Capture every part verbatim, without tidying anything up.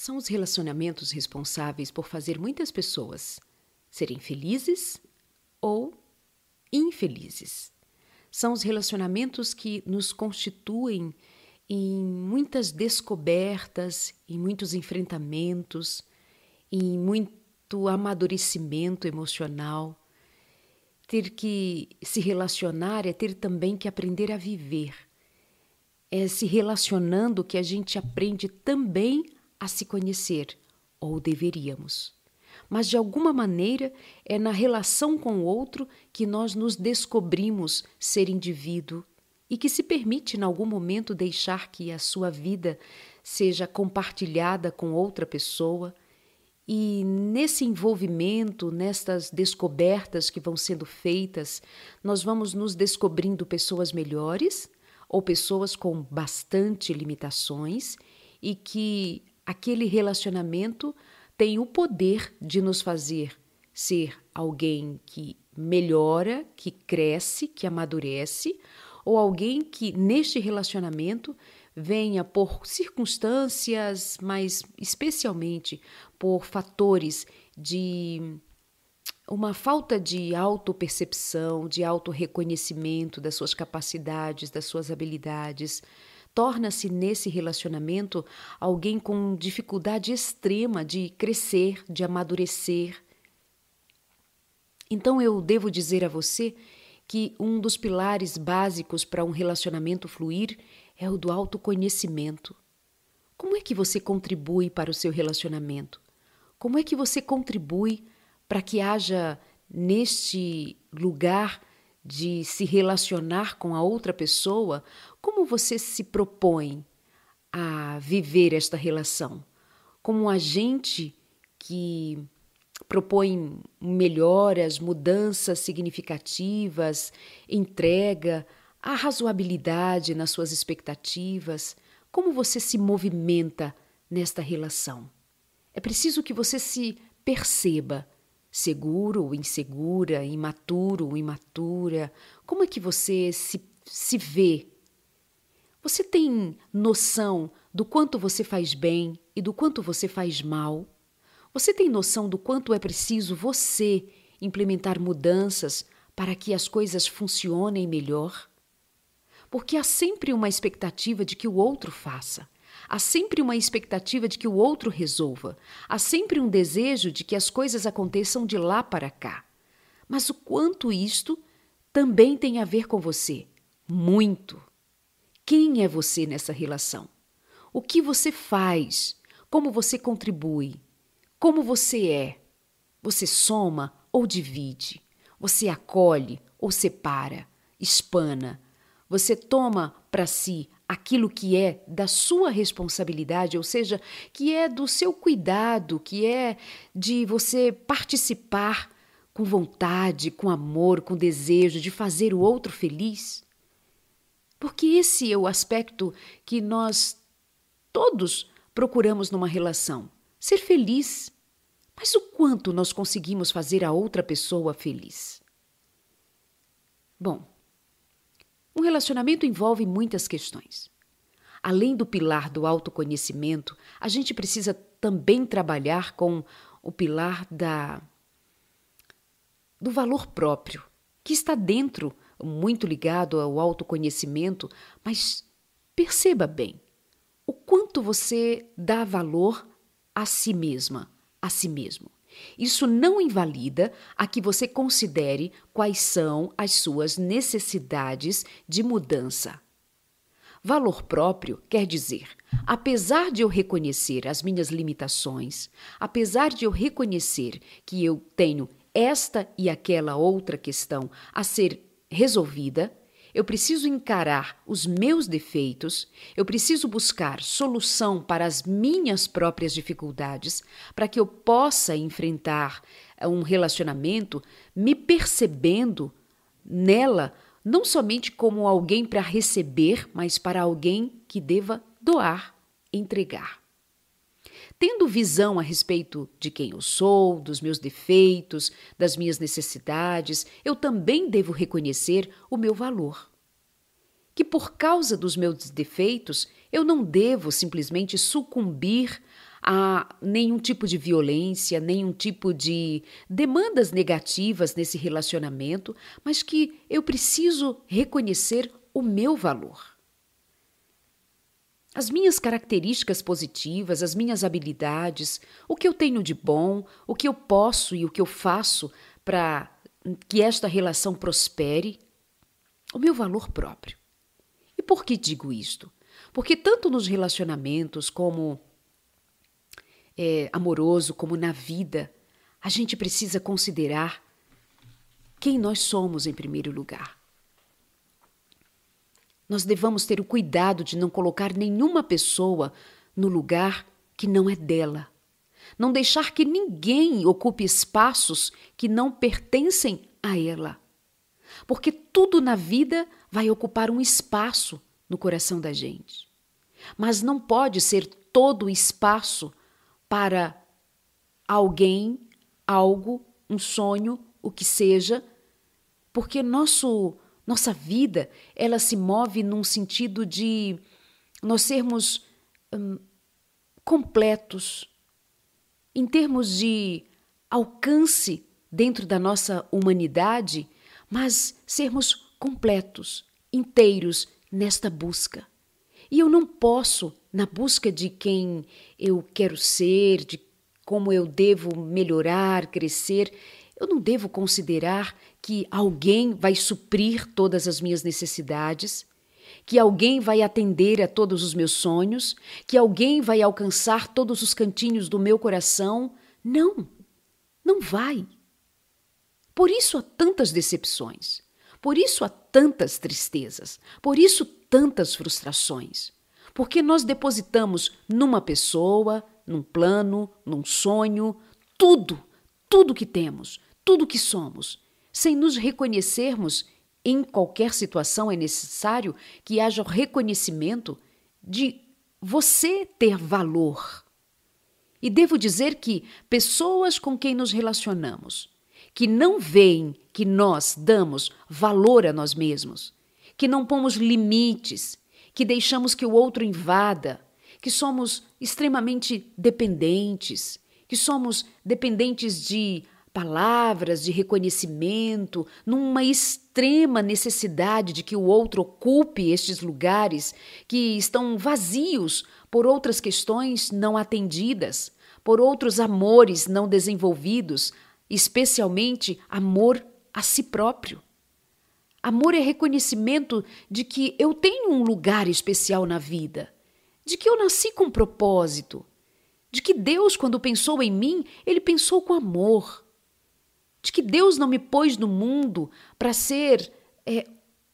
São os relacionamentos responsáveis por fazer muitas pessoas serem felizes ou infelizes. São os relacionamentos que nos constituem em muitas descobertas, em muitos enfrentamentos, em muito amadurecimento emocional. Ter que se relacionar é ter também que aprender a viver. É se relacionando que a gente aprende também a se conhecer, ou deveríamos. Mas, de alguma maneira, é na relação com o outro que nós nos descobrimos ser indivíduo e que se permite, em algum momento, deixar que a sua vida seja compartilhada com outra pessoa. E nesse envolvimento, nestas descobertas que vão sendo feitas, nós vamos nos descobrindo pessoas melhores ou pessoas com bastante limitações e que aquele relacionamento tem o poder de nos fazer ser alguém que melhora, que cresce, que amadurece, ou alguém que, neste relacionamento, venha por circunstâncias, mas especialmente por fatores de uma falta de autopercepção, de autorreconhecimento das suas capacidades, das suas habilidades, torna-se nesse relacionamento alguém com dificuldade extrema de crescer, de amadurecer. Então eu devo dizer a você que um dos pilares básicos para um relacionamento fluir é o do autoconhecimento. Como é que você contribui para o seu relacionamento? Como é que você contribui para que haja neste lugar de se relacionar com a outra pessoa? Como você se propõe a viver esta relação? Como um agente que propõe melhoras, mudanças significativas, entrega, a razoabilidade nas suas expectativas? Como você se movimenta nesta relação? É preciso que você se perceba, seguro ou insegura, imaturo ou imatura. Como é que você se, se vê? Você tem noção do quanto você faz bem e do quanto você faz mal? Você tem noção do quanto é preciso você implementar mudanças para que as coisas funcionem melhor? Porque há sempre uma expectativa de que o outro faça. Há sempre uma expectativa de que o outro resolva. Há sempre um desejo de que as coisas aconteçam de lá para cá. Mas o quanto isto também tem a ver com você? Muito. Quem é você nessa relação? O que você faz? Como você contribui? Como você é? Você soma ou divide? Você acolhe ou separa? Espana? Você toma para si aquilo que é da sua responsabilidade, ou seja, que é do seu cuidado, que é de você participar com vontade, com amor, com desejo de fazer o outro feliz? Porque esse é o aspecto que nós todos procuramos numa relação, ser feliz. Mas o quanto nós conseguimos fazer a outra pessoa feliz? Bom, um relacionamento envolve muitas questões. Além do pilar do autoconhecimento, a gente precisa também trabalhar com o pilar da, do valor próprio, que está dentro, muito ligado ao autoconhecimento, mas perceba bem, o quanto você dá valor a si mesma, a si mesmo. Isso não invalida a que você considere quais são as suas necessidades de mudança. Valor próprio quer dizer, apesar de eu reconhecer as minhas limitações, apesar de eu reconhecer que eu tenho esta e aquela outra questão a ser resolvida, eu preciso encarar os meus defeitos, eu preciso buscar solução para as minhas próprias dificuldades, para que eu possa enfrentar um relacionamento me percebendo nela, não somente como alguém para receber, mas para alguém que deva doar, entregar. Tendo visão a respeito de quem eu sou, dos meus defeitos, das minhas necessidades, eu também devo reconhecer o meu valor. Que por causa dos meus defeitos, eu não devo simplesmente sucumbir há nenhum tipo de violência, nenhum tipo de demandas negativas nesse relacionamento, mas que eu preciso reconhecer o meu valor. As minhas características positivas, as minhas habilidades, o que eu tenho de bom, o que eu posso e o que eu faço para que esta relação prospere, o meu valor próprio. E por que digo isto? Porque tanto nos relacionamentos como é, amoroso, como na vida, a gente precisa considerar quem nós somos em primeiro lugar. Nós devamos ter o cuidado de não colocar nenhuma pessoa no lugar que não é dela. Não deixar que ninguém ocupe espaços que não pertencem a ela. Porque tudo na vida vai ocupar um espaço no coração da gente. Mas não pode ser todo o espaço para alguém, algo, um sonho, o que seja, porque nosso... Nossa vida, ela se move num sentido de nós sermos hum, completos, em termos de alcance dentro da nossa humanidade, mas sermos completos, inteiros nesta busca. E eu não posso, na busca de quem eu quero ser, de como eu devo melhorar, crescer, eu não devo considerar que alguém vai suprir todas as minhas necessidades, que alguém vai atender a todos os meus sonhos, que alguém vai alcançar todos os cantinhos do meu coração. Não, não vai. Por isso há tantas decepções, por isso há tantas tristezas, por isso tantas frustrações, porque nós depositamos numa pessoa, num plano, num sonho, tudo, tudo que temos, tudo que somos. Sem nos reconhecermos, em qualquer situação é necessário que haja o reconhecimento de você ter valor. E devo dizer que pessoas com quem nos relacionamos, que não veem que nós damos valor a nós mesmos, que não pomos limites, que deixamos que o outro invada, que somos extremamente dependentes, que somos dependentes de palavras, de reconhecimento, numa extrema necessidade de que o outro ocupe estes lugares que estão vazios por outras questões não atendidas, por outros amores não desenvolvidos, especialmente amor a si próprio. Amor é reconhecimento de que eu tenho um lugar especial na vida, de que eu nasci com propósito, de que Deus, quando pensou em mim, Ele pensou com amor, de que Deus não me pôs no mundo para ser é,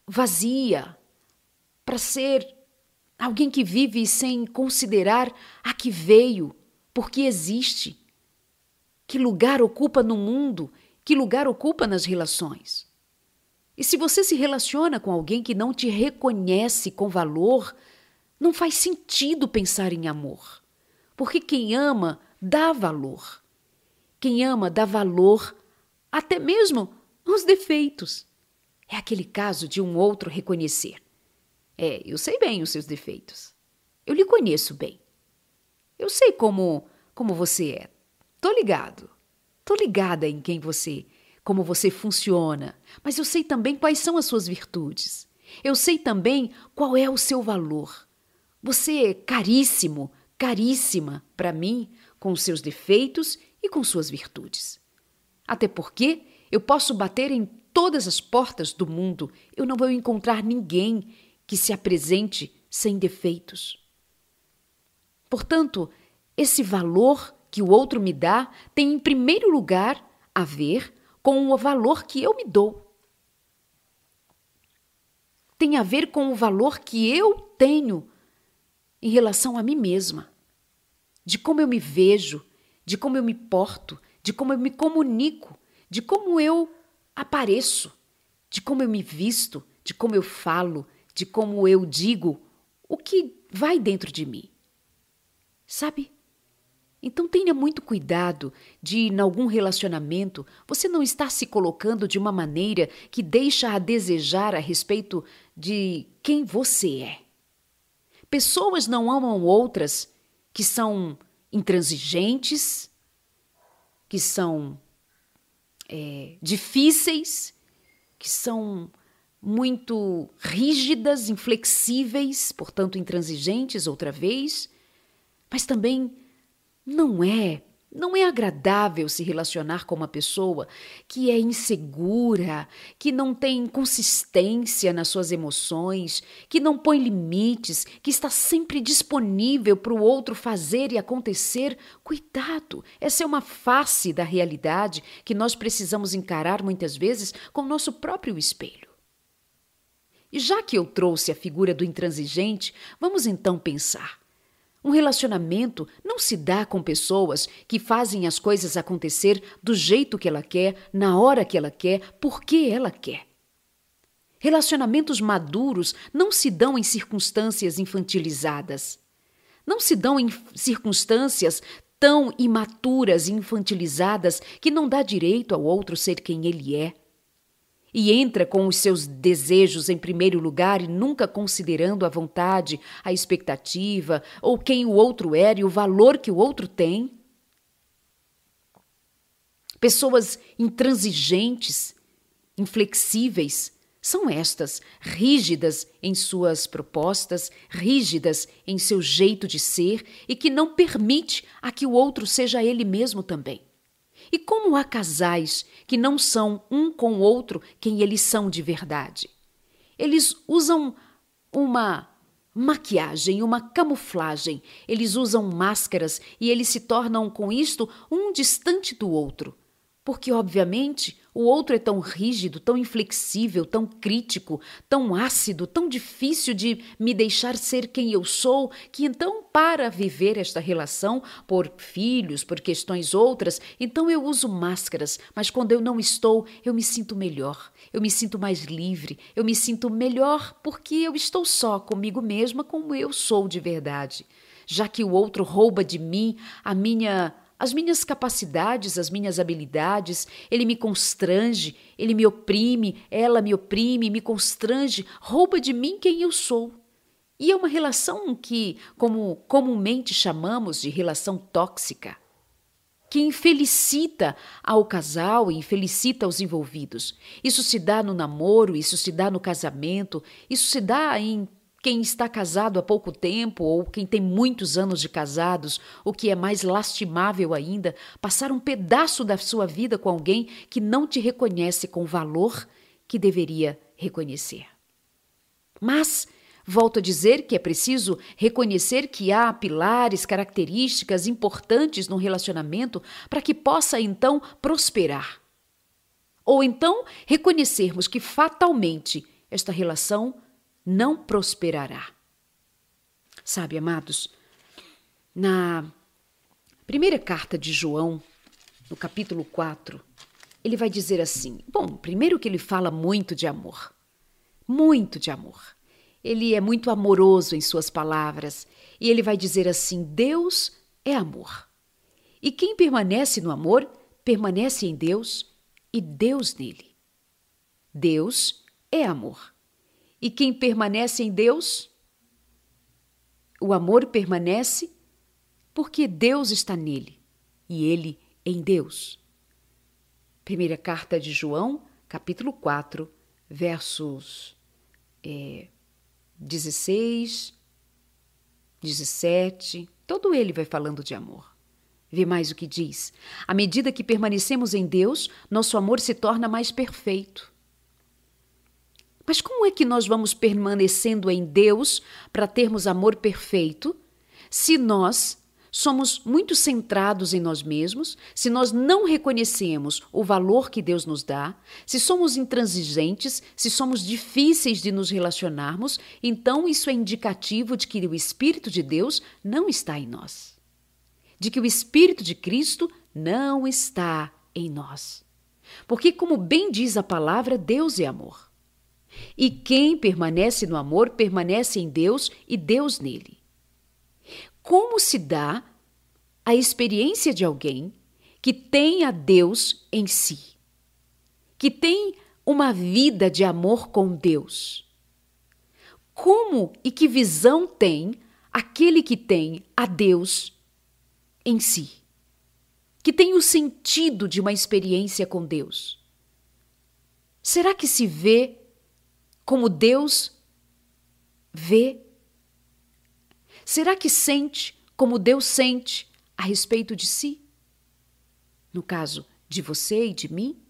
vazia, para ser alguém que vive sem considerar a que veio, porque existe. Que lugar ocupa no mundo, que lugar ocupa nas relações. E se você se relaciona com alguém que não te reconhece com valor, não faz sentido pensar em amor, porque quem ama dá valor. Quem ama dá valor até mesmo aos defeitos. É aquele caso de um outro reconhecer. É, eu sei bem os seus defeitos. Eu lhe conheço bem. Eu sei como, como você é. Tô ligado. Tô ligada em quem você, como você funciona. Mas eu sei também quais são as suas virtudes. Eu sei também qual é o seu valor. Você é caríssimo, caríssima para mim, com os seus defeitos e com suas virtudes. Até porque eu posso bater em todas as portas do mundo, eu não vou encontrar ninguém que se apresente sem defeitos. Portanto, esse valor que o outro me dá tem, em primeiro lugar, a ver com o valor que eu me dou. Tem a ver com o valor que eu tenho em relação a mim mesma, de como eu me vejo, de como eu me porto, de como eu me comunico, de como eu apareço, de como eu me visto, de como eu falo, de como eu digo o que vai dentro de mim. Sabe? Então tenha muito cuidado de, em algum relacionamento, você não estar se colocando de uma maneira que deixa a desejar a respeito de quem você é. Pessoas não amam outras que são intransigentes, que são é, difíceis, que são muito rígidas, inflexíveis, portanto intransigentes outra vez, mas também não é, não é agradável se relacionar com uma pessoa que é insegura, que não tem consistência nas suas emoções, que não põe limites, que está sempre disponível para o outro fazer e acontecer. Cuidado, essa é uma face da realidade que nós precisamos encarar muitas vezes com o nosso próprio espelho. E já que eu trouxe a figura do intransigente, vamos então pensar. Um relacionamento não se dá com pessoas que fazem as coisas acontecer do jeito que ela quer, na hora que ela quer, porque ela quer. Relacionamentos maduros não se dão em circunstâncias infantilizadas. Não se dão em circunstâncias tão imaturas e infantilizadas que não dá direito ao outro ser quem ele é. E entra com os seus desejos em primeiro lugar e nunca considerando a vontade, a expectativa, ou quem o outro é e o valor que o outro tem. Pessoas intransigentes, inflexíveis, são estas, rígidas em suas propostas, rígidas em seu jeito de ser e que não permite a que o outro seja ele mesmo também. E como há casais que não são um com o outro quem eles são de verdade? Eles usam uma maquiagem, uma camuflagem, eles usam máscaras e eles se tornam com isto um distante do outro. Porque, obviamente, o outro é tão rígido, tão inflexível, tão crítico, tão ácido, tão difícil de me deixar ser quem eu sou, que então, para viver esta relação, por filhos, por questões outras, então eu uso máscaras, mas quando eu não estou, eu me sinto melhor, eu me sinto mais livre, eu me sinto melhor porque eu estou só comigo mesma como eu sou de verdade. Já que o outro rouba de mim a minha... as minhas capacidades, as minhas habilidades, ele me constrange, ele me oprime, ela me oprime, me constrange, rouba de mim quem eu sou. E é uma relação que, como comumente chamamos de relação tóxica, que infelicita ao casal e infelicita os envolvidos. Isso se dá no namoro, isso se dá no casamento, isso se dá em quem está casado há pouco tempo ou quem tem muitos anos de casados, o que é mais lastimável ainda, passar um pedaço da sua vida com alguém que não te reconhece com o valor que deveria reconhecer. Mas volto a dizer que é preciso reconhecer que há pilares, características importantes no relacionamento para que possa então prosperar. Ou então reconhecermos que fatalmente esta relação não prosperará. Sabe, amados, na primeira carta de João, no capítulo quatro, ele vai dizer assim, bom, primeiro que ele fala muito de amor, muito de amor. Ele é muito amoroso em suas palavras e ele vai dizer assim, Deus é amor. E quem permanece no amor, permanece em Deus e Deus nele. Deus é amor. E quem permanece em Deus, o amor permanece porque Deus está nele e ele em Deus. Primeira carta de João, capítulo quatro, versos é, dezesseis, dezessete, todo ele vai falando de amor. Vê mais o que diz. À medida que permanecemos em Deus, nosso amor se torna mais perfeito. Mas como é que nós vamos permanecendo em Deus para termos amor perfeito, se nós somos muito centrados em nós mesmos, se nós não reconhecemos o valor que Deus nos dá, se somos intransigentes, se somos difíceis de nos relacionarmos, então isso é indicativo de que o Espírito de Deus não está em nós, de que o Espírito de Cristo não está em nós. Porque, como bem diz a palavra, Deus é amor. E quem permanece no amor, permanece em Deus e Deus nele. Como se dá a experiência de alguém que tem a Deus em si, que tem uma vida de amor com Deus? Como e que visão tem aquele que tem a Deus em si, que tem o sentido de uma experiência com Deus? Será que se vê como Deus vê? Será que sente como Deus sente a respeito de si? No caso de você e de mim?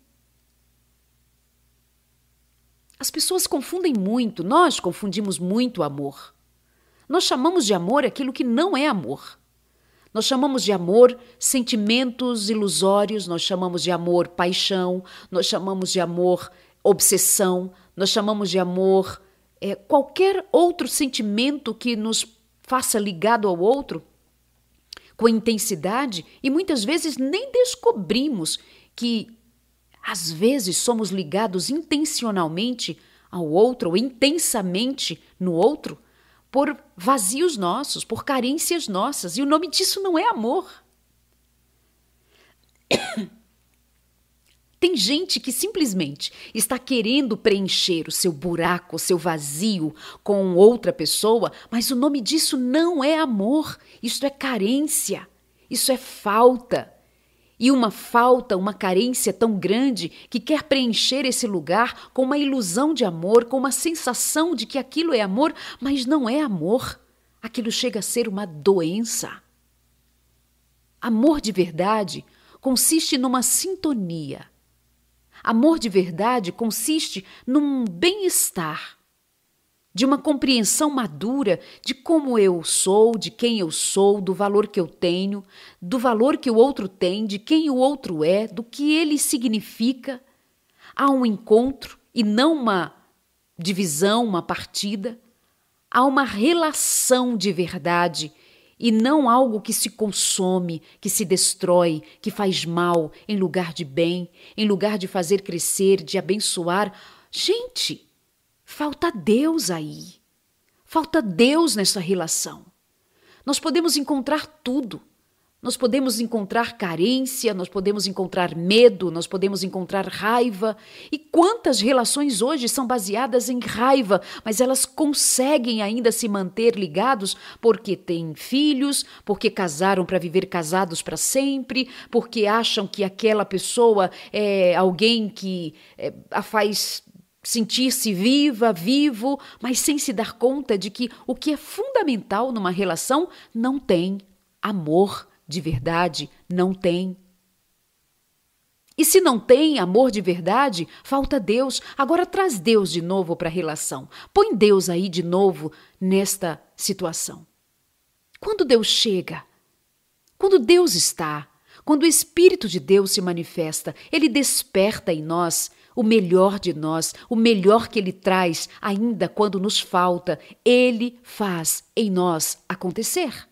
As pessoas confundem muito, nós confundimos muito o amor. Nós chamamos de amor aquilo que não é amor. Nós chamamos de amor sentimentos ilusórios, nós chamamos de amor paixão, nós chamamos de amor obsessão, nós chamamos de amor é, qualquer outro sentimento que nos faça ligado ao outro com intensidade, e muitas vezes nem descobrimos que às vezes somos ligados intencionalmente ao outro ou intensamente no outro por vazios nossos, por carências nossas, e o nome disso não é amor. Tem gente que simplesmente está querendo preencher o seu buraco, o seu vazio com outra pessoa, mas o nome disso não é amor, isso é carência, isso é falta. E uma falta, uma carência tão grande que quer preencher esse lugar com uma ilusão de amor, com uma sensação de que aquilo é amor, mas não é amor. Aquilo chega a ser uma doença. Amor de verdade consiste numa sintonia. Amor de verdade consiste num bem-estar, de uma compreensão madura de como eu sou, de quem eu sou, do valor que eu tenho, do valor que o outro tem, de quem o outro é, do que ele significa. Há um encontro e não uma divisão, uma partida. Há uma relação de verdade e não algo que se consome, que se destrói, que faz mal em lugar de bem, em lugar de fazer crescer, de abençoar. Gente, falta Deus aí. Falta Deus nessa relação. Nós podemos encontrar tudo. Nós podemos encontrar carência, nós podemos encontrar medo, nós podemos encontrar raiva. E quantas relações hoje são baseadas em raiva, mas elas conseguem ainda se manter ligados porque têm filhos, porque casaram para viver casados para sempre, porque acham que aquela pessoa é alguém que é, a faz sentir-se viva, vivo, mas sem se dar conta de que o que é fundamental numa relação não tem amor de verdade, não tem. E se não tem amor de verdade, falta Deus. Agora traz Deus de novo para a relação. Põe Deus aí de novo nesta situação. Quando Deus chega, quando Deus está, quando o Espírito de Deus se manifesta, Ele desperta em nós o melhor de nós, o melhor que Ele traz, ainda quando nos falta, Ele faz em nós acontecer.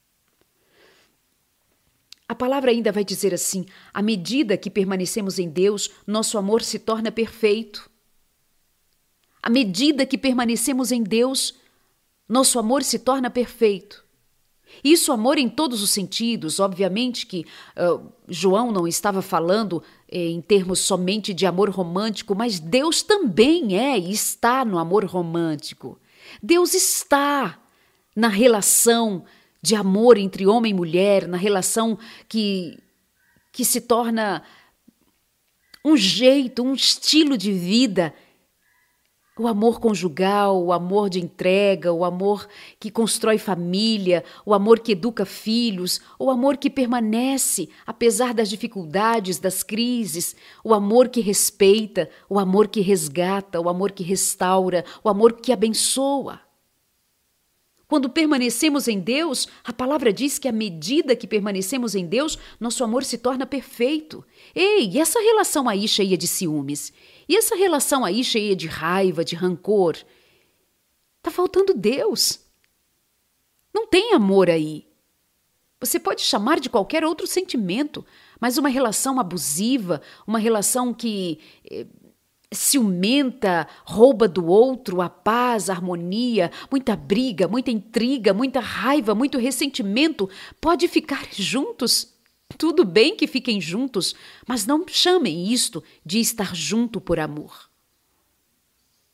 A palavra ainda vai dizer assim: à medida que permanecemos em Deus, nosso amor se torna perfeito. À medida que permanecemos em Deus, nosso amor se torna perfeito. Isso, amor em todos os sentidos. Obviamente que uh, João não estava falando eh, em termos somente de amor romântico, mas Deus também é e está no amor romântico. Deus está na relação de amor entre homem e mulher, na relação que, que se torna um jeito, um estilo de vida. O amor conjugal, o amor de entrega, o amor que constrói família, o amor que educa filhos, o amor que permanece apesar das dificuldades, das crises, o amor que respeita, o amor que resgata, o amor que restaura, o amor que abençoa. Quando permanecemos em Deus, a palavra diz que à medida que permanecemos em Deus, nosso amor se torna perfeito. Ei, e essa relação aí cheia de ciúmes? E essa relação aí cheia de raiva, de rancor? Tá faltando Deus. Não tem amor aí. Você pode chamar de qualquer outro sentimento, mas uma relação abusiva, uma relação que Eh, ciumenta, rouba do outro a paz, a harmonia, muita briga, muita intriga, muita raiva, muito ressentimento, pode ficar juntos. Tudo bem que fiquem juntos, mas não chamem isto de estar junto por amor.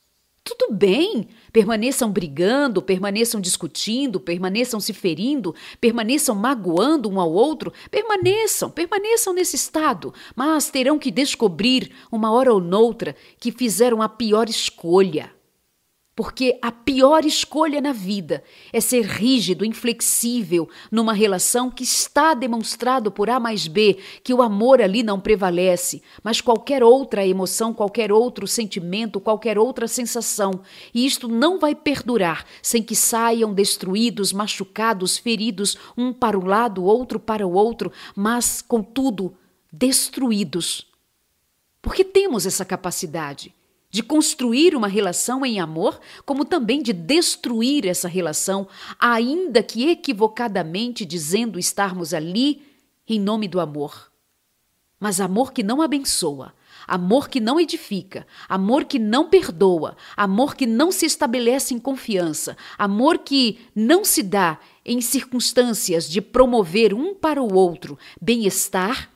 tudo bem. Permaneçam brigando, permaneçam discutindo, permaneçam se ferindo, permaneçam magoando um ao outro, permaneçam, permaneçam nesse estado, mas terão que descobrir, uma hora ou noutra, que fizeram a pior escolha. Porque a pior escolha na vida é ser rígido, inflexível, numa relação que está demonstrado por A mais B que o amor ali não prevalece, mas qualquer outra emoção, qualquer outro sentimento, qualquer outra sensação. E isto não vai perdurar sem que saiam destruídos, machucados, feridos, um para um lado, outro para o outro, mas, contudo, destruídos. Porque temos essa capacidade de construir uma relação em amor, como também de destruir essa relação, ainda que equivocadamente dizendo estarmos ali em nome do amor. Mas amor que não abençoa, amor que não edifica, amor que não perdoa, amor que não se estabelece em confiança, amor que não se dá em circunstâncias de promover um para o outro bem-estar,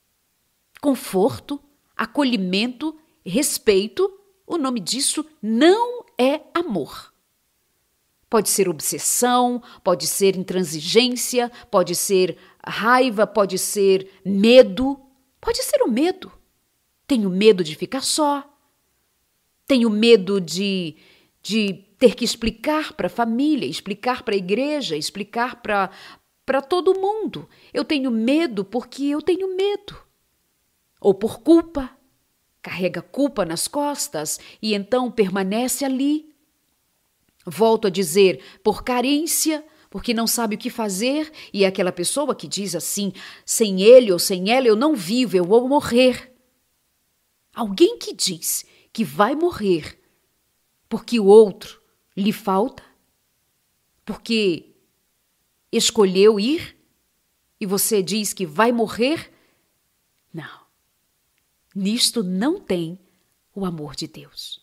conforto, acolhimento, respeito. O nome disso não é amor. Pode ser obsessão, pode ser intransigência, pode ser raiva, pode ser medo. Pode ser o medo. Tenho medo de ficar só. Tenho medo de, de ter que explicar para a família, explicar para a igreja, explicar para para todo mundo. Eu tenho medo porque eu tenho medo. Ou por culpa. Carrega culpa nas costas e então permanece ali. Volto a dizer, por carência, porque não sabe o que fazer, e é aquela pessoa que diz assim, sem ele ou sem ela eu não vivo, eu vou morrer. Alguém que diz que vai morrer porque o outro lhe falta, porque escolheu ir, e você diz que vai morrer? Não. Nisto não tem o amor de Deus.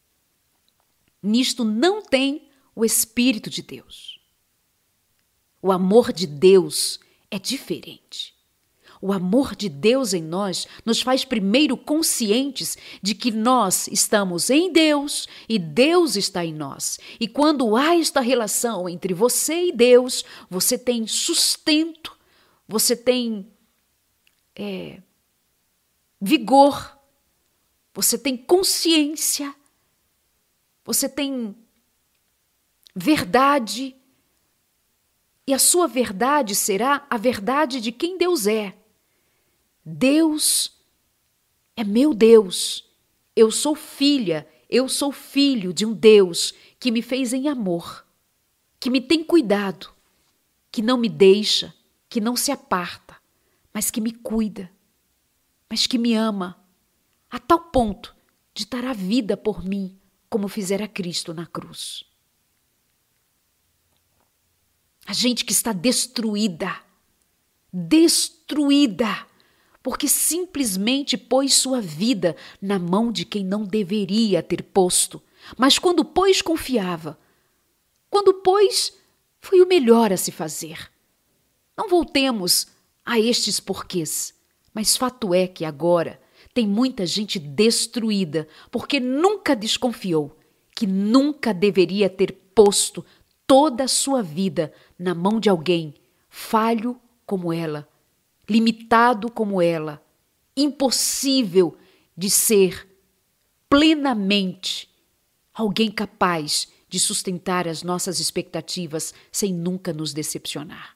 Nisto não tem o Espírito de Deus. O amor de Deus é diferente. O amor de Deus em nós nos faz primeiro conscientes de que nós estamos em Deus e Deus está em nós. E quando há esta relação entre você e Deus, você tem sustento, você tem é, vigor, você tem consciência, você tem verdade, e a sua verdade será a verdade de quem Deus é. Deus é meu Deus, eu sou filha, eu sou filho de um Deus que me fez em amor, que me tem cuidado, que não me deixa, que não se aparta, mas que me cuida, mas que me ama, a tal ponto de dar a vida por mim, como fizera Cristo na cruz. A gente que está destruída, destruída, porque simplesmente pôs sua vida na mão de quem não deveria ter posto, mas quando pôs confiava, quando pôs foi o melhor a se fazer. Não voltemos a estes porquês, mas fato é que agora tem muita gente destruída porque nunca desconfiou, que nunca deveria ter posto toda a sua vida na mão de alguém falho como ela, limitado como ela, impossível de ser plenamente alguém capaz de sustentar as nossas expectativas sem nunca nos decepcionar.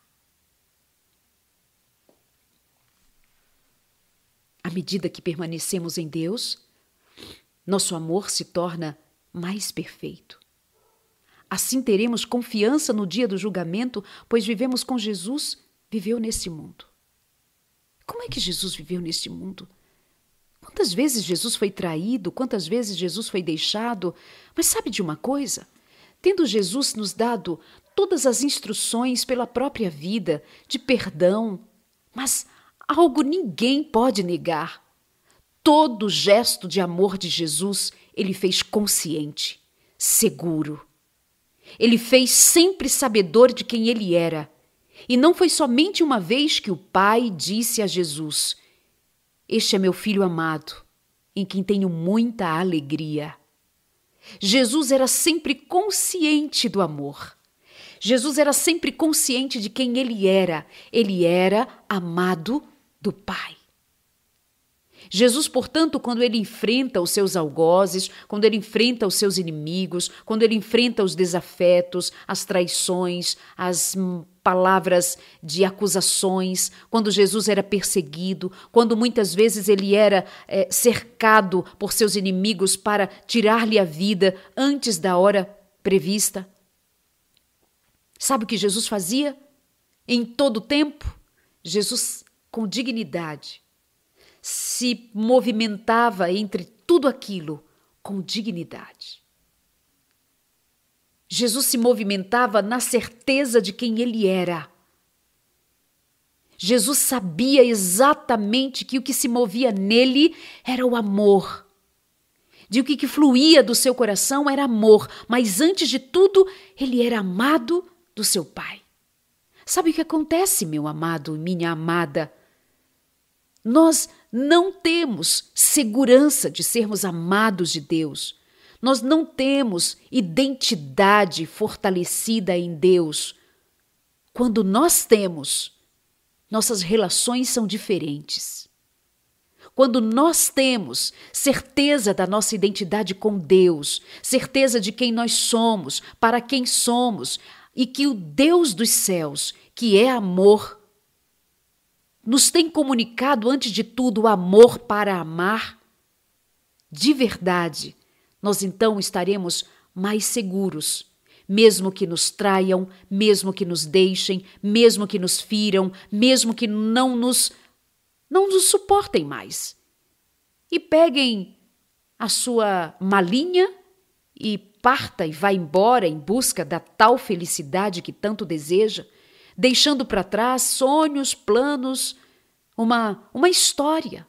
À medida que permanecemos em Deus, nosso amor se torna mais perfeito. Assim teremos confiança no dia do julgamento, pois vivemos com Jesus, viveu neste mundo. Como é que Jesus viveu neste mundo? Quantas vezes Jesus foi traído, quantas vezes Jesus foi deixado? Mas sabe de uma coisa? Tendo Jesus nos dado todas as instruções pela própria vida, de perdão, mas algo ninguém pode negar. Todo gesto de amor de Jesus ele fez consciente, seguro. Ele fez sempre sabedor de quem ele era. E não foi somente uma vez que o Pai disse a Jesus: "Este é meu Filho amado, em quem tenho muita alegria." Jesus era sempre consciente do amor. Jesus era sempre consciente de quem ele era. Ele era amado do Pai. Jesus, portanto, quando ele enfrenta os seus algozes, quando ele enfrenta os seus inimigos, quando ele enfrenta os desafetos, as traições, as palavras de acusações, quando Jesus era perseguido, quando muitas vezes ele era é, cercado por seus inimigos para tirar-lhe a vida antes da hora prevista. Sabe o que Jesus fazia? Em todo o tempo, Jesus, com dignidade, se movimentava entre tudo aquilo com dignidade. Jesus se movimentava na certeza de quem ele era. Jesus sabia exatamente que o que se movia nele era o amor. De o que, que fluía do seu coração era amor, mas antes de tudo, ele era amado do seu Pai. Sabe o que acontece, meu amado e minha amada? Nós não temos segurança de sermos amados de Deus. Nós não temos identidade fortalecida em Deus. Quando nós temos, nossas relações são diferentes. Quando nós temos certeza da nossa identidade com Deus, certeza de quem nós somos, para quem somos, e que o Deus dos céus, que é amor, nos tem comunicado, antes de tudo, o amor para amar, de verdade, nós então estaremos mais seguros, mesmo que nos traiam, mesmo que nos deixem, mesmo que nos firam, mesmo que não nos, não nos suportem mais. E peguem a sua malinha e parta e vá embora em busca da tal felicidade que tanto deseja, deixando para trás sonhos, planos, uma, uma história.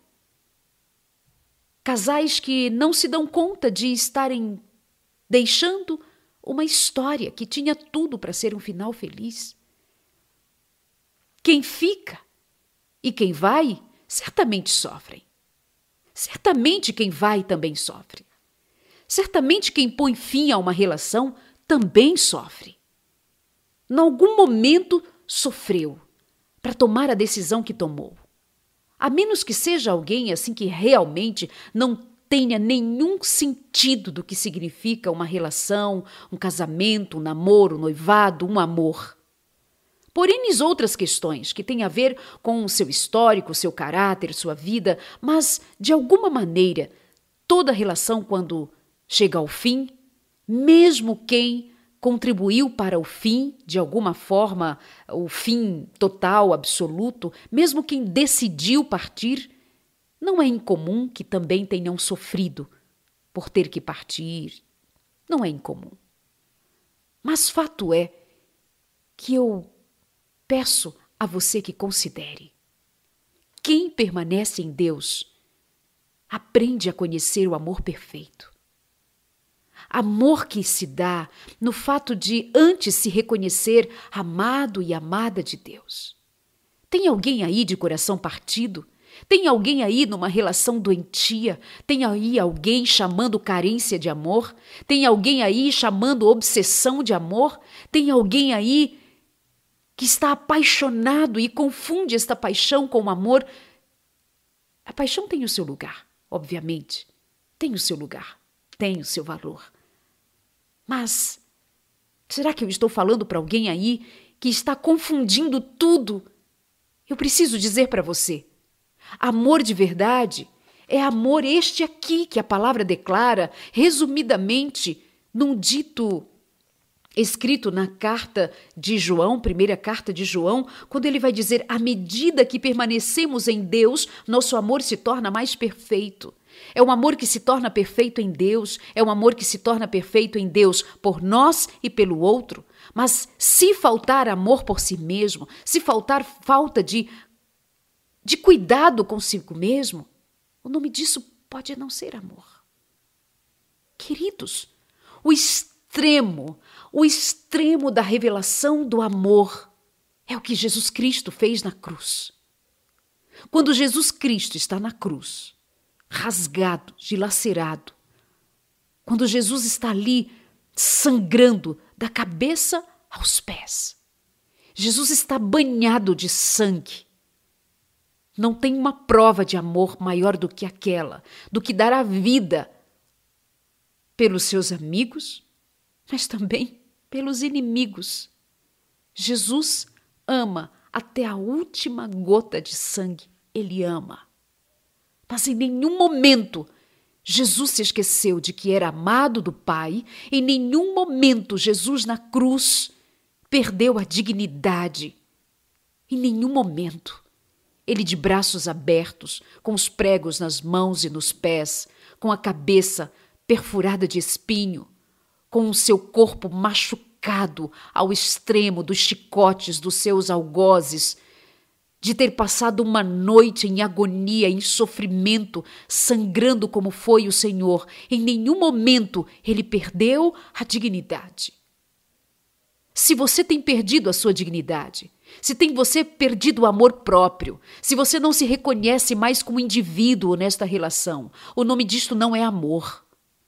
Casais que não se dão conta de estarem deixando uma história que tinha tudo para ser um final feliz. Quem fica e quem vai, certamente sofrem. Certamente quem vai também sofre. Certamente quem põe fim a uma relação também sofre. Em algum momento sofreu para tomar a decisão que tomou. A menos que seja alguém assim que realmente não tenha nenhum sentido do que significa uma relação, um casamento, um namoro, um noivado, um amor. Porém, outras questões que têm a ver com o seu histórico, seu caráter, sua vida, mas, de alguma maneira, toda relação, quando chega ao fim, mesmo quem contribuiu para o fim, de alguma forma, o fim total, absoluto, mesmo quem decidiu partir, não é incomum que também tenham sofrido por ter que partir. Não é incomum. Mas fato é que eu peço a você que considere. Quem permanece em Deus aprende a conhecer o amor perfeito. Amor que se dá no fato de antes se reconhecer amado e amada de Deus. Tem alguém aí de coração partido? Tem alguém aí numa relação doentia? Tem aí alguém chamando carência de amor? Tem alguém aí chamando obsessão de amor? Tem alguém aí que está apaixonado e confunde esta paixão com o amor? A paixão tem o seu lugar, obviamente. Tem o seu lugar, tem o seu valor. Mas será que eu estou falando para alguém aí que está confundindo tudo? Eu preciso dizer para você, amor de verdade é amor este aqui que a palavra declara, resumidamente, num dito escrito na carta de João, primeira carta de João, quando ele vai dizer, à medida que permanecemos em Deus, nosso amor se torna mais perfeito. É um amor que se torna perfeito em Deus, é um amor que se torna perfeito em Deus por nós e pelo outro. Mas se faltar amor por si mesmo, se faltar falta de, de cuidado consigo mesmo, o nome disso pode não ser amor. Queridos, o extremo, o extremo da revelação do amor é o que Jesus Cristo fez na cruz. Quando Jesus Cristo está na cruz, rasgado, dilacerado, Quando Jesus está ali sangrando da cabeça aos pés. Jesus está banhado de sangue. Não tem uma prova de amor maior do que aquela, do que dar a vida pelos seus amigos, mas também pelos inimigos. Jesus ama até a última gota de sangue. Ele ama. Mas em nenhum momento Jesus se esqueceu de que era amado do Pai. Em nenhum momento Jesus na cruz perdeu a dignidade. Em nenhum momento. Ele de braços abertos, com os pregos nas mãos e nos pés, com a cabeça perfurada de espinho, com o seu corpo machucado ao extremo dos chicotes dos seus algozes, de ter passado uma noite em agonia, em sofrimento, sangrando como foi o Senhor. Em nenhum momento ele perdeu a dignidade. Se você tem perdido a sua dignidade, se tem você perdido o amor próprio, se você não se reconhece mais como indivíduo nesta relação, o nome disto não é amor.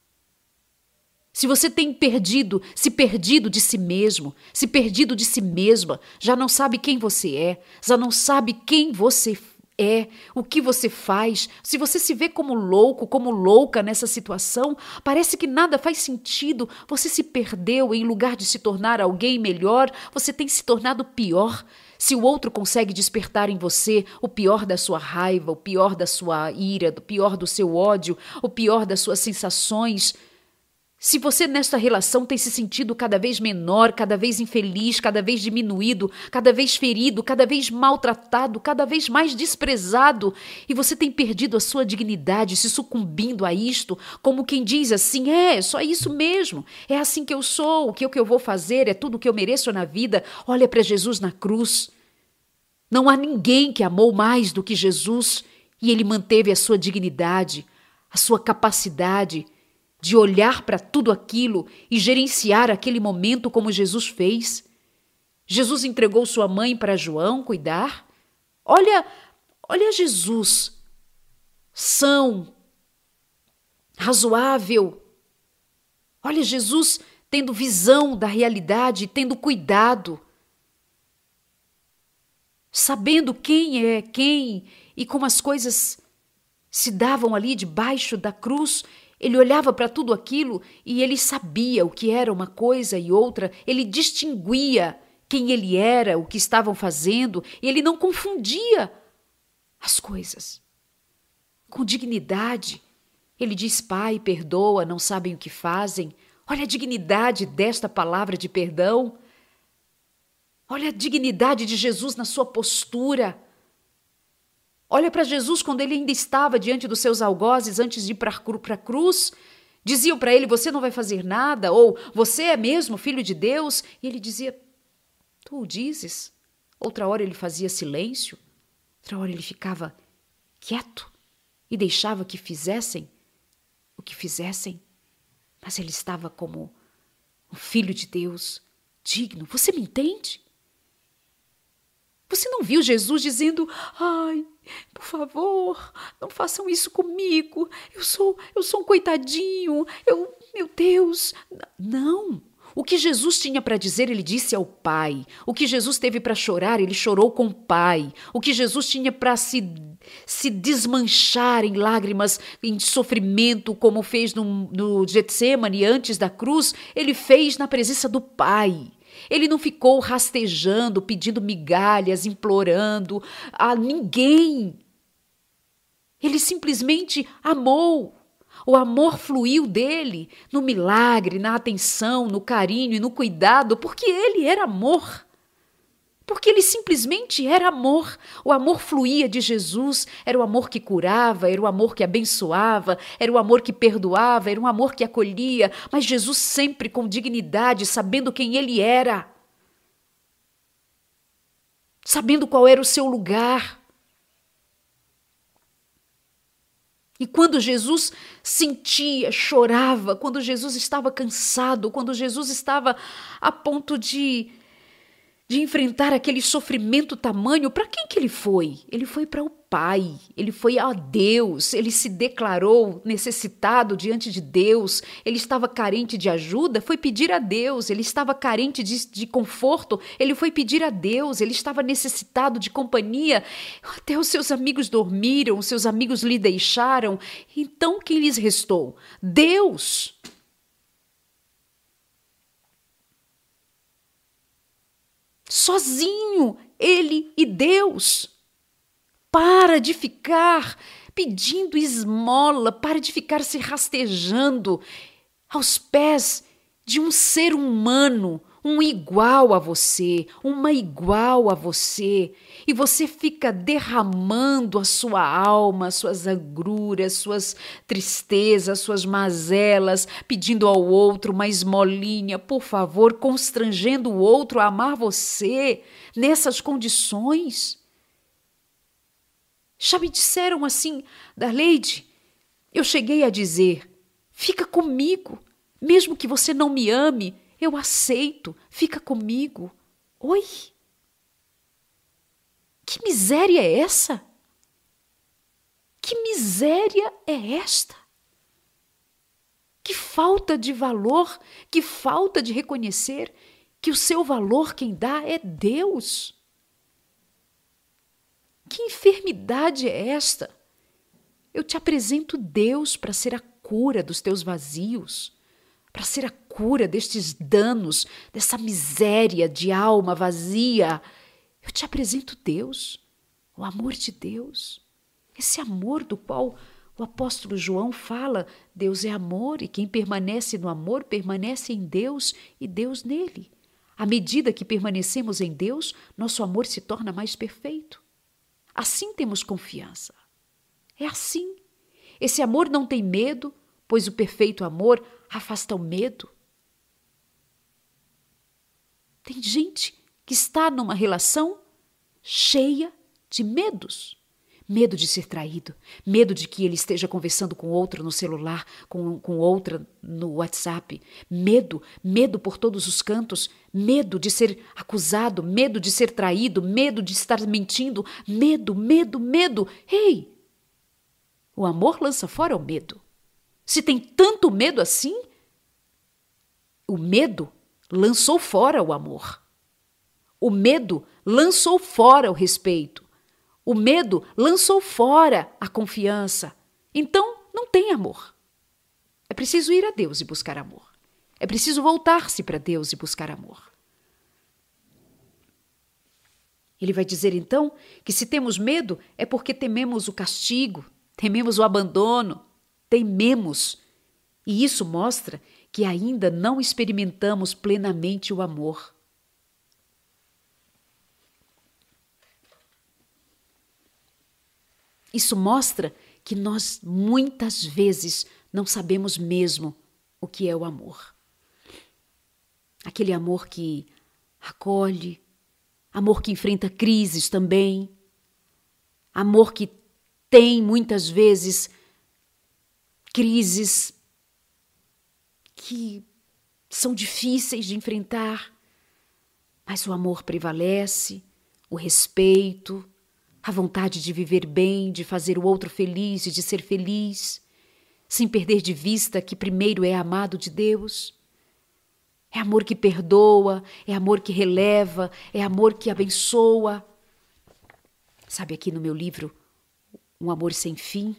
Se você tem perdido, se perdido de si mesmo, se perdido de si mesma, já não sabe quem você é, já não sabe quem você é, o que você faz, se você se vê como louco, como louca nessa situação, parece que nada faz sentido, você se perdeu, em lugar de se tornar alguém melhor, você tem se tornado pior. Se o outro consegue despertar em você o pior da sua raiva, o pior da sua ira, o pior do seu ódio, o pior das suas sensações, se você nesta relação tem se sentido cada vez menor, cada vez infeliz, cada vez diminuído, cada vez ferido, cada vez maltratado, cada vez mais desprezado, e você tem perdido a sua dignidade, se sucumbindo a isto, como quem diz assim, é, só isso mesmo, é assim que eu sou, o que, o que eu vou fazer, é tudo o que eu mereço na vida, olha para Jesus na cruz. Não há ninguém que amou mais do que Jesus, e ele manteve a sua dignidade, a sua capacidade de olhar para tudo aquilo e gerenciar aquele momento como Jesus fez. Jesus entregou sua mãe para João cuidar. Olha, olha Jesus, são, razoável. Olha Jesus tendo visão da realidade, tendo cuidado, sabendo quem é quem e como as coisas se davam ali debaixo da cruz. Ele olhava para tudo aquilo e ele sabia o que era uma coisa e outra, ele distinguia quem ele era, o que estavam fazendo, e ele não confundia as coisas. Com dignidade, ele diz, Pai, perdoa, não sabem o que fazem. Olha a dignidade desta palavra de perdão. Olha a dignidade de Jesus na sua postura. Olha para Jesus quando ele ainda estava diante dos seus algozes antes de ir para a cruz. Diziam para ele, você não vai fazer nada, ou você é mesmo filho de Deus? E ele dizia, tu o dizes? Outra hora ele fazia silêncio, outra hora ele ficava quieto e deixava que fizessem o que fizessem. Mas ele estava como um filho de Deus, digno. Você me entende? Você não viu Jesus dizendo, ai, por favor, não façam isso comigo, eu sou, eu sou um coitadinho, eu, meu Deus. Não, o que Jesus tinha para dizer, ele disse ao Pai. O que Jesus teve para chorar, ele chorou com o Pai. O que Jesus tinha para se, se desmanchar em lágrimas, em sofrimento, como fez no, no Getsêmani antes da cruz, ele fez na presença do Pai. Ele não ficou rastejando, pedindo migalhas, implorando a ninguém. Ele simplesmente amou. O amor fluiu dele no milagre, na atenção, no carinho e no cuidado, porque ele era amor. Porque ele simplesmente era amor. O amor fluía de Jesus, era o amor que curava, era o amor que abençoava, era o amor que perdoava, era um amor que acolhia, mas Jesus sempre com dignidade, sabendo quem ele era, sabendo qual era o seu lugar. E quando Jesus sentia, chorava, quando Jesus estava cansado, quando Jesus estava a ponto de de enfrentar aquele sofrimento tamanho. Para quem que ele foi? Ele foi para o Pai, ele foi a Deus, ele se declarou necessitado diante de Deus, ele estava carente de ajuda, foi pedir a Deus, ele estava carente de, de conforto, ele foi pedir a Deus, ele estava necessitado de companhia, até os seus amigos dormiram, os seus amigos lhe deixaram, então quem lhes restou? Deus! Sozinho, ele e Deus. Para de ficar pedindo esmola, para de ficar se rastejando aos pés de um ser humano, um igual a você, uma igual a você, e você fica derramando a sua alma, suas agruras, suas tristezas, suas mazelas, pedindo ao outro uma esmolinha, por favor, constrangendo o outro a amar você nessas condições. Já me disseram assim, Darleide, eu cheguei a dizer, fica comigo, mesmo que você não me ame, eu aceito, fica comigo. Oi? Que miséria é essa? Que miséria é esta? Que falta de valor, que falta de reconhecer que o seu valor quem dá é Deus. Que enfermidade é esta? Eu te apresento Deus para ser a cura dos teus vazios, para ser a cura destes danos, dessa miséria de alma vazia. Eu te apresento Deus, o amor de Deus, esse amor do qual o apóstolo João fala, Deus é amor e quem permanece no amor permanece em Deus e Deus nele. À medida que permanecemos em Deus, nosso amor se torna mais perfeito. Assim temos confiança. É assim. Esse amor não tem medo, pois o perfeito amor afasta o medo. Tem gente que está numa relação cheia de medos. Medo de ser traído, medo de que ele esteja conversando com outro no celular, com, com outra no WhatsApp, medo, medo por todos os cantos, medo de ser acusado, medo de ser traído, medo de estar mentindo, medo, medo, medo. Ei! O amor lança fora o medo. Se tem tanto medo assim, o medo lançou fora o amor. O medo lançou fora o respeito. O medo lançou fora a confiança. Então, não tem amor. É preciso ir a Deus e buscar amor. É preciso voltar-se para Deus e buscar amor. Ele vai dizer, então, que se temos medo é porque tememos o castigo, tememos o abandono, tememos. E isso mostra que ainda não experimentamos plenamente o amor. Isso mostra que nós muitas vezes não sabemos mesmo o que é o amor. Aquele amor que acolhe, amor que enfrenta crises também, amor que tem muitas vezes crises que são difíceis de enfrentar, mas o amor prevalece, o respeito, a vontade de viver bem, de fazer o outro feliz e de ser feliz, sem perder de vista que primeiro é amado de Deus. É amor que perdoa, é amor que releva, é amor que abençoa. Sabe, aqui no meu livro, Um Amor Sem Fim,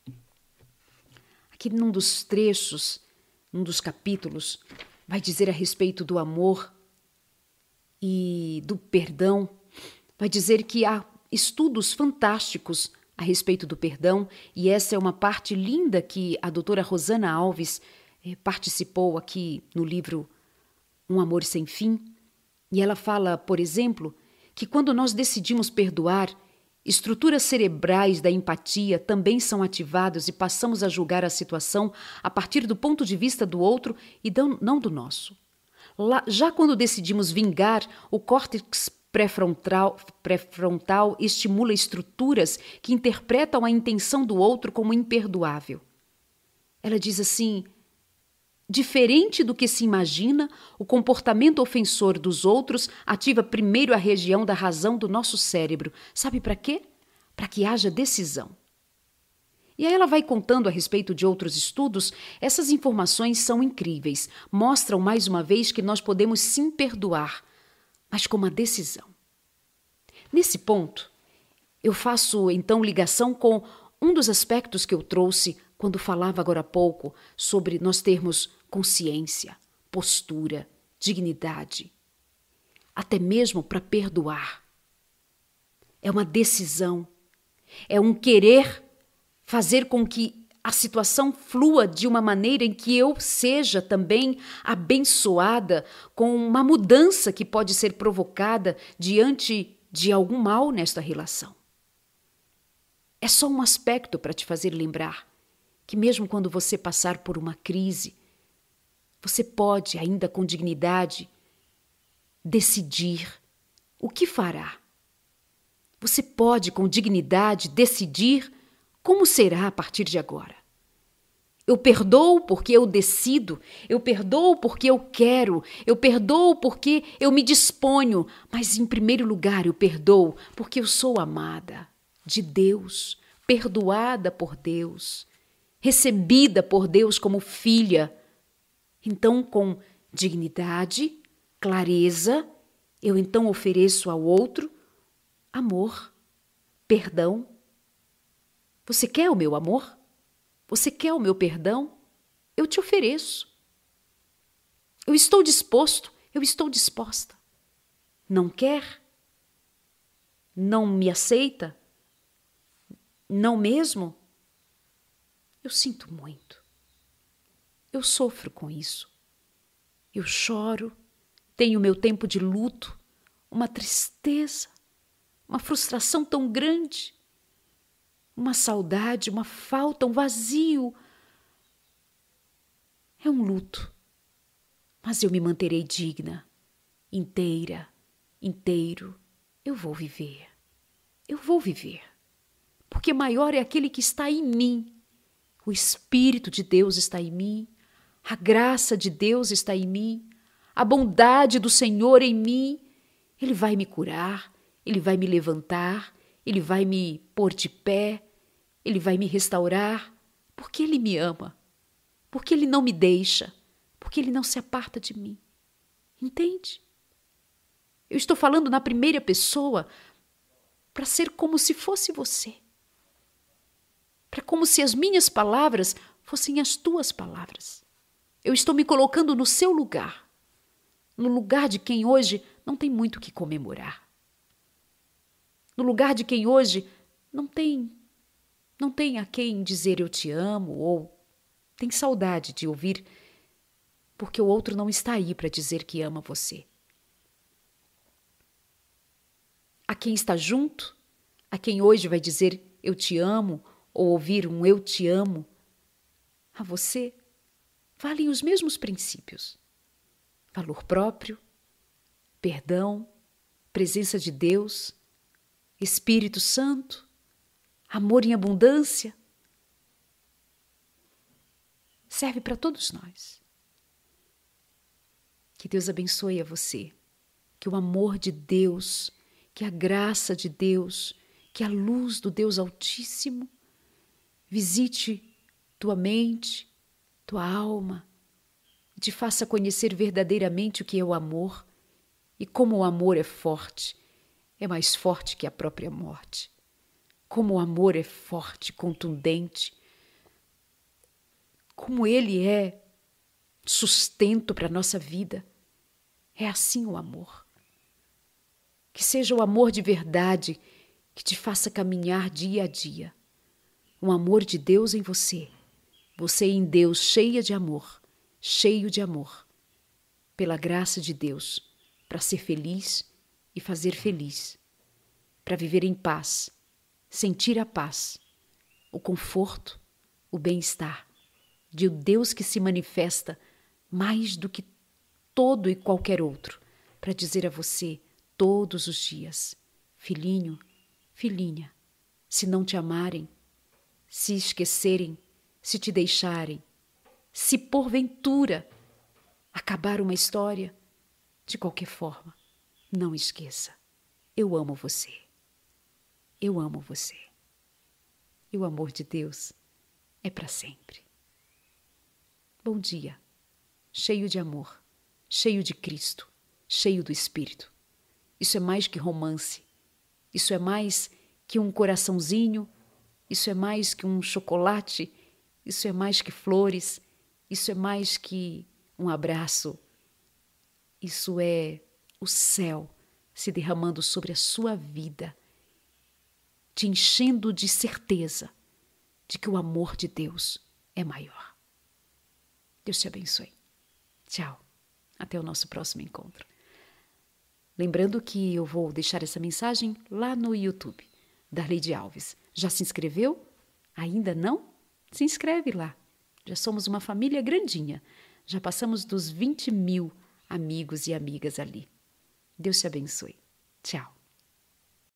aqui num dos trechos, num dos capítulos, vai dizer a respeito do amor e do perdão, vai dizer que há estudos fantásticos a respeito do perdão, e essa é uma parte linda que a doutora Rosana Alves eh, participou aqui no livro Um Amor Sem Fim, e ela fala, por exemplo, que quando nós decidimos perdoar, estruturas cerebrais da empatia também são ativadas e passamos a julgar a situação a partir do ponto de vista do outro e não do nosso. Lá, já quando decidimos vingar, o córtex pré-frontal, pré-frontal estimula estruturas que interpretam a intenção do outro como imperdoável. Ela diz assim, Diferente do que se imagina, o comportamento ofensor dos outros ativa primeiro a região da razão do nosso cérebro. Sabe para quê? Para que haja decisão. E aí ela vai contando a respeito de outros estudos. Essas informações são incríveis. Mostram mais uma vez que nós podemos sim perdoar, mas com uma decisão. Nesse ponto, eu faço então ligação com um dos aspectos que eu trouxe quando falava agora há pouco sobre nós termos consciência, postura, dignidade, até mesmo para perdoar. É uma decisão, é um querer fazer com que a situação flua de uma maneira em que eu seja também abençoada com uma mudança que pode ser provocada diante de algum mal nesta relação. É só um aspecto para te fazer lembrar que mesmo quando você passar por uma crise, você pode, ainda com dignidade, decidir o que fará. Você pode, com dignidade, decidir como será a partir de agora. Eu perdoo porque eu decido, eu perdoo porque eu quero, eu perdoo porque eu me disponho, mas em primeiro lugar eu perdoo porque eu sou amada de Deus, perdoada por Deus, recebida por Deus como filha. Então, com dignidade, clareza, eu então ofereço ao outro amor, perdão. Você quer o meu amor? Você quer o meu perdão? Eu te ofereço. Eu estou disposto, eu estou disposta. Não quer? Não me aceita? Não mesmo? Eu sinto muito. Eu sofro com isso. Eu choro, tenho meu tempo de luto, uma tristeza, uma frustração tão grande, uma saudade, uma falta, um vazio. É um luto, mas eu me manterei digna, inteira, inteiro. Eu vou viver, eu vou viver, porque maior é aquele que está em mim. O Espírito de Deus está em mim, a graça de Deus está em mim, a bondade do Senhor em mim. Ele vai me curar, Ele vai me levantar, Ele vai me pôr de pé, Ele vai me restaurar, porque Ele me ama, porque Ele não me deixa, porque Ele não se aparta de mim. Entende? Eu estou falando na primeira pessoa para ser como se fosse você. Para como se as minhas palavras fossem as tuas palavras. Eu estou me colocando no seu lugar, no lugar de quem hoje não tem muito o que comemorar. No lugar de quem hoje não tem, não tem a quem dizer eu te amo ou tem saudade de ouvir porque o outro não está aí para dizer que ama você. A quem está junto, a quem hoje vai dizer eu te amo ou ouvir um eu te amo, a você valem os mesmos princípios. Valor próprio, perdão, presença de Deus, Espírito Santo, amor em abundância. Serve para todos nós. Que Deus abençoe a você, que o amor de Deus, que a graça de Deus, que a luz do Deus Altíssimo visite tua mente, tua alma, e te faça conhecer verdadeiramente o que é o amor e como o amor é forte, é mais forte que a própria morte. Como o amor é forte, contundente, como ele é sustento para a nossa vida. É assim o amor. Que seja o amor de verdade que te faça caminhar dia a dia. Um amor de Deus em você, você em Deus, cheia de amor, cheio de amor, pela graça de Deus, para ser feliz e fazer feliz, para viver em paz, sentir a paz, o conforto, o bem-estar de um Deus que se manifesta mais do que todo e qualquer outro, para dizer a você todos os dias: filhinho, filhinha, se não te amarem, se esquecerem, se te deixarem, Se porventura acabar uma história, de qualquer forma, não esqueça, eu amo você. Eu amo você. E o amor de Deus é para sempre. Bom dia, cheio de amor, cheio de Cristo, cheio do Espírito. Isso é mais que romance, isso é mais que um coraçãozinho, isso é mais que um chocolate, isso é mais que flores, isso é mais que um abraço. Isso é o céu se derramando sobre a sua vida, te enchendo de certeza de que o amor de Deus é maior. Deus te abençoe. Tchau. Até o nosso próximo encontro. Lembrando que eu vou deixar essa mensagem lá no YouTube, Darleide Alves. Já se inscreveu? Ainda não? Se inscreve lá. Já somos uma família grandinha. Já passamos dos vinte mil amigos e amigas ali. Deus te abençoe. Tchau.